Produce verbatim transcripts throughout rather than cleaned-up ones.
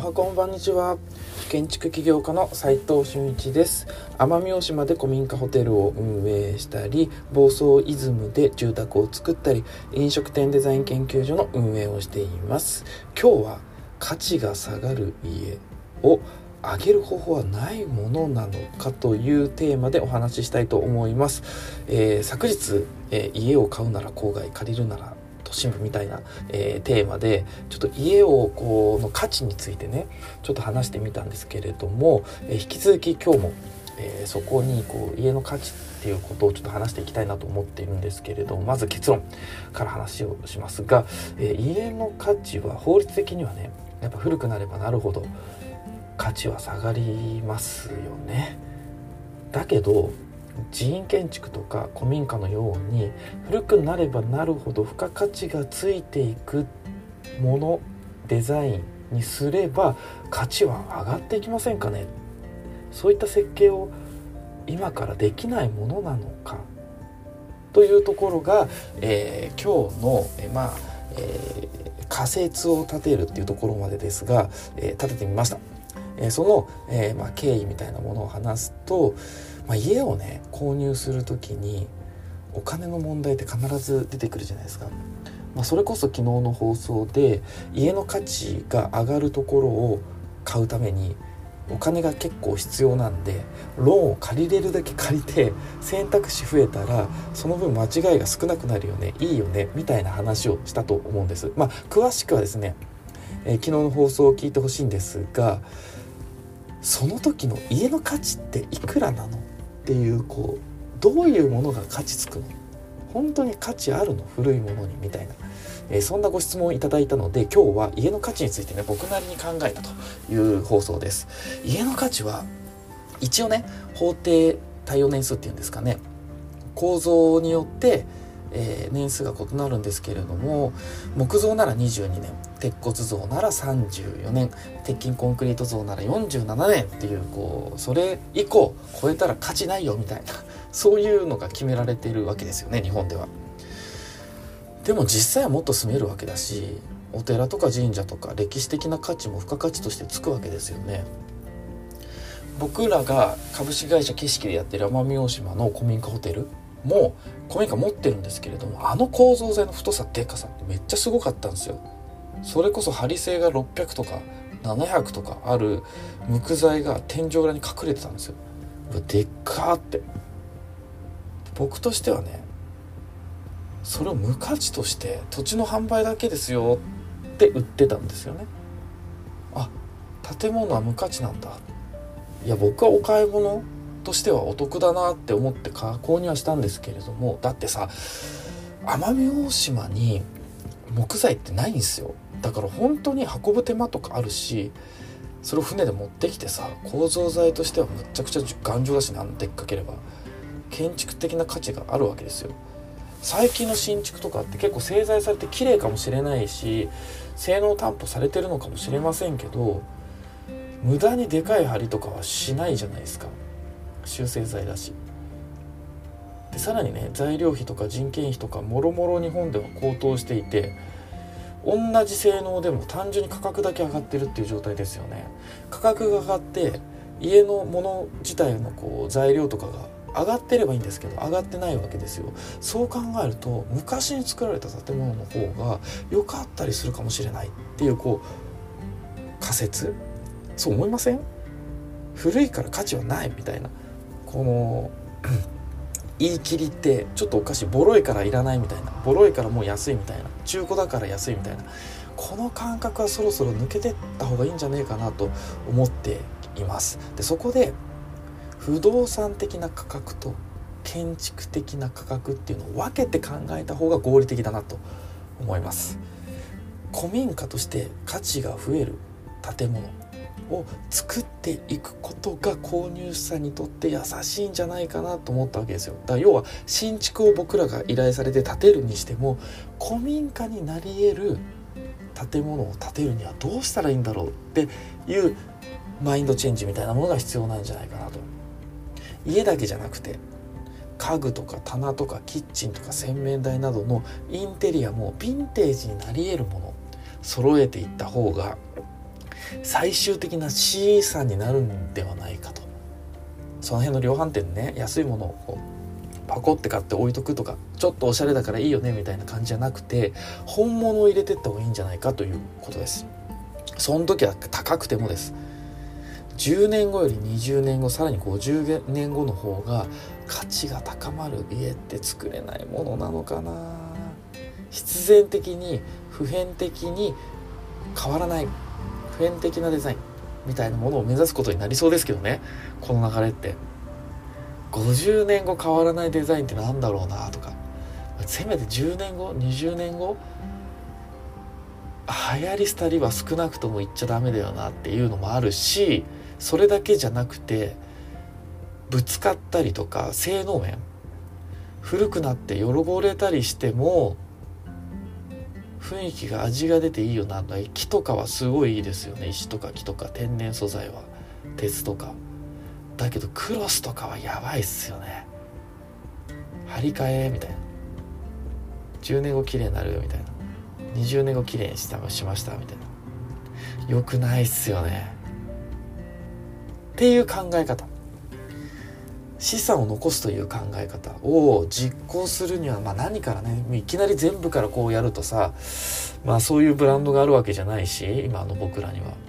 はこんばんにちは。建築起業家の斉藤俊一です。奄美大島で古民家ホテルを運営したり、房総イズムで住宅を作ったり、飲食店デザイン研究所の運営をしています。今日は価値が下がる家を上げる方法はないものなのかというテーマでお話ししたいと思います。えー、昨日、えー、家を買うなら郊外、借りるなら都心部みたいな、えー、テーマでちょっと家をこうの価値についてねちょっと話してみたんですけれども、えー、引き続き今日も、えー、そこにこう家の価値っていうことをちょっと話していきたいなと思っているんですけれども、まず結論から話をしますが、えー、家の価値は法律的にはねやっぱ古くなればなるほど価値は下がりますよね。だけど寺院建築とか古民家のように古くなればなるほど付加価値がついていくものデザインにすれば価値は上がっていきませんかね。そういった設計を今からできないものなのかというところが、えー、今日の、えー、まあ、えー、仮説を立てるっていうところまでですが、えー、立ててみました。えー、その、えーまあ、経緯みたいなものを話すと、まあ、家をね購入するときにお金の問題って必ず出てくるじゃないですか。まあ、それこそ昨日の放送で家の価値が上がるところを買うためにお金が結構必要なんでローンを借りれるだけ借りて選択肢増えたらその分間違いが少なくなるよね、いいよねみたいな話をしたと思うんです。まあ詳しくはですね、えー、昨日の放送を聞いてほしいんですが、その時の家の価値っていくらなのっていう、こうどういうものが価値つくの、本当に価値あるの古いものにみたいな、えー、そんなご質問をいただいたので今日は家の価値についてね僕なりに考えたという放送です。家の価値は一応ね法定耐用年数っていうんですかね、構造によってえー、年数が異なるんですけれども、木造ならにじゅうにねん、鉄骨造ならさんじゅうよねん、鉄筋コンクリート造ならよんじゅうななねんっていう、こうそれ以降超えたら価値ないよみたいなそういうのが決められているわけですよね、日本では。でも実際はもっと住めるわけだし、お寺とか神社とか歴史的な価値も付加価値としてつくわけですよね。僕らが株式会社景色でやってる奄美大島の古民家ホテルもう古民家持ってるんですけれども、あの構造材の太さでかさってめっちゃすごかったんですよ。それこそ張り製がろっぴゃくとかななひゃくとかある無垢材が天井裏に隠れてたんですよ。でっかーって。僕としてはねそれを無価値として土地の販売だけですよって売ってたんですよね。あ、建物は無価値なんだ、いや僕はお買い物としてはお得だなって思って購入はしたんですけれども、だってさ奄美大島に木材ってないんですよ。だから本当に運ぶ手間とかあるし、それを船で持ってきてさ構造材としてはむっちゃくちゃ頑丈だし、なんでっかければ建築的な価値があるわけですよ。最近の新築とかって結構製材されて綺麗かもしれないし性能担保されてるのかもしれませんけど、無駄にでかい梁とかはしないじゃないですか、集成材だし。でさらにね材料費とか人件費とかもろもろ日本では高騰していて、同じ性能でも単純に価格だけ上がってるっていう状態ですよね。価格が上がって家のもの自体のこう材料とかが上がってればいいんですけど上がってないわけですよ。そう考えると昔に作られた建物の方が良かったりするかもしれないっていう、こう仮説、そう思いません？古いから価値はないみたいな、この言い切りってちょっとおかしい。ボロいからいらないみたいな、ボロいからもう安いみたいな、中古だから安いみたいな、この感覚はそろそろ抜けてった方がいいんじゃねえかなと思っています。でそこで不動産的な価格と建築的な価格っていうのを分けて考えた方が合理的だなと思います。古民家として価値が増える建物を作っていくことが購入者にとって優しいんじゃないかなと思ったわけですよ。だから要は新築を僕らが依頼されて建てるにしても古民家になり得る建物を建てるにはどうしたらいいんだろうっていうマインドチェンジみたいなものが必要なんじゃないかなと。家だけじゃなくて家具とか棚とかキッチンとか洗面台などのインテリアもヴィンテージになり得るもの揃えていった方が最終的な資産になるんではないかと。その辺の量販店ね、安いものをこうパコって買って置いとくとか、ちょっとおしゃれだからいいよねみたいな感じじゃなくて、本物を入れてった方がいいんじゃないかということです。その時は高くてもです。じゅうねんごよりにじゅうねんご、さらにごじゅうねんごの方が価値が高まる家って作れないものなのかな。必然的に普遍的に変わらない普遍的なデザインみたいなものを目指すことになりそうですけどね、この流れって。ごじゅうねんご変わらないデザインってなんだろうなとか、せめてじゅうねんごにじゅうねんご流行り廃りは少なくとも言っちゃダメだよなっていうのもあるし、それだけじゃなくてぶつかったりとか性能面、古くなって汚れたりしても雰囲気が味が出ていいよな。木とかはすごいいいですよね。石とか木とか天然素材は、鉄とかだけどクロスとかはやばいっすよね。張り替えみたいな、じゅうねんご綺麗になるみたいな、にじゅうねんご綺麗にしたしましたみたいな、よくないっすよねっていう考え方、資産を残すという考え方を実行するには、まあ何からね、いきなり全部からこうやるとさ、まあそういうブランドがあるわけじゃないし、今の僕らには、うん、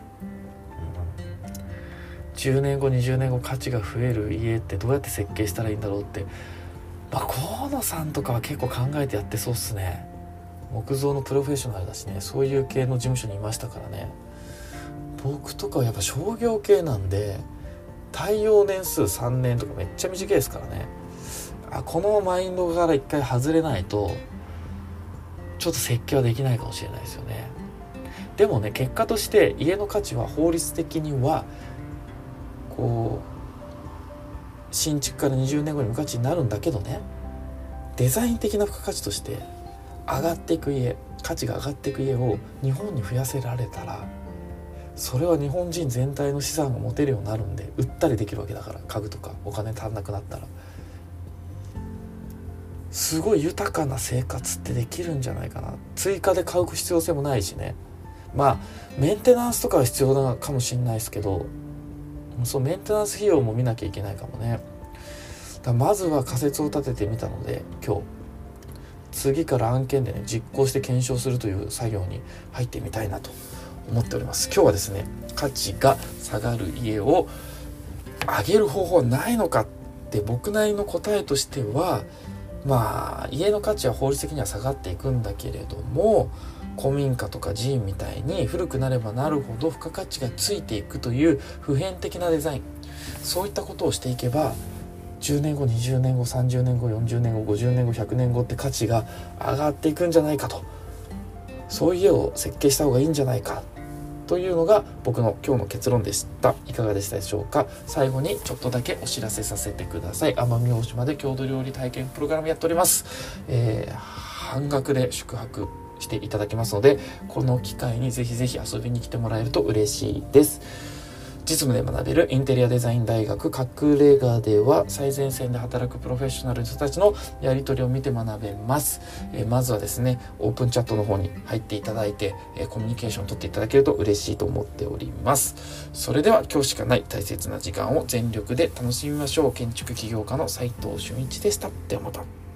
じゅうねんごにじゅうねんご価値が増える家ってどうやって設計したらいいんだろうって、まあ河野さんとかは結構考えてやってそうっすね。木造のプロフェッショナルだしね、そういう系の事務所にいましたからね。僕とかはやっぱ商業系なんで耐用年数さんねんとかめっちゃ短いですからね。あ、このマインドから一回外れないとちょっと設計はできないかもしれないですよね。でもね、結果として家の価値は法律的にはこう新築からにじゅうねんごに無価値になるんだけどね、デザイン的な付加価値として上がっていく家、価値が上がっていく家を日本に増やせられたら、それは日本人全体の資産が持てるようになるんで、売ったりできるわけだから、家具とかお金足んなくなったらすごい豊かな生活ってできるんじゃないかな。追加で買う必要性もないしね。まあメンテナンスとかは必要なかもしれないですけど、そうメンテナンス費用も見なきゃいけないかもね。だまずは仮説を立ててみたので、今日次から案件でね実行して検証するという作業に入ってみたいなと思っております。今日はですね、価値が下がる家を上げる方法はないのかって僕なりの答えとしては、まあ家の価値は法律的には下がっていくんだけれども、古民家とか寺院みたいに古くなればなるほど付加価値がついていくという普遍的なデザイン、そういったことをしていけばじゅうねんご、にじゅうねんご、さんじゅうねんご、よんじゅうねんご、ごじゅうねんご、ひゃくねんごって価値が上がっていくんじゃないかと、そういう家を設計した方がいいんじゃないかというのが僕の今日の結論でした。いかがでしたでしょうか。最後にちょっとだけお知らせさせてください。奄美大島で郷土料理体験プログラムやっております。えー、半額で宿泊していただけますので、この機会にぜひぜひ遊びに来てもらえると嬉しいです。実務で学べるインテリアデザイン大学隠れ家では、最前線で働くプロフェッショナルの人たちのやり取りを見て学べます。えー、まずはですね、オープンチャットの方に入っていただいて、えー、コミュニケーションを取っていただけると嬉しいと思っております。それでは今日しかない大切な時間を全力で楽しみましょう。建築起業家の斉藤俊一でした。ではまた。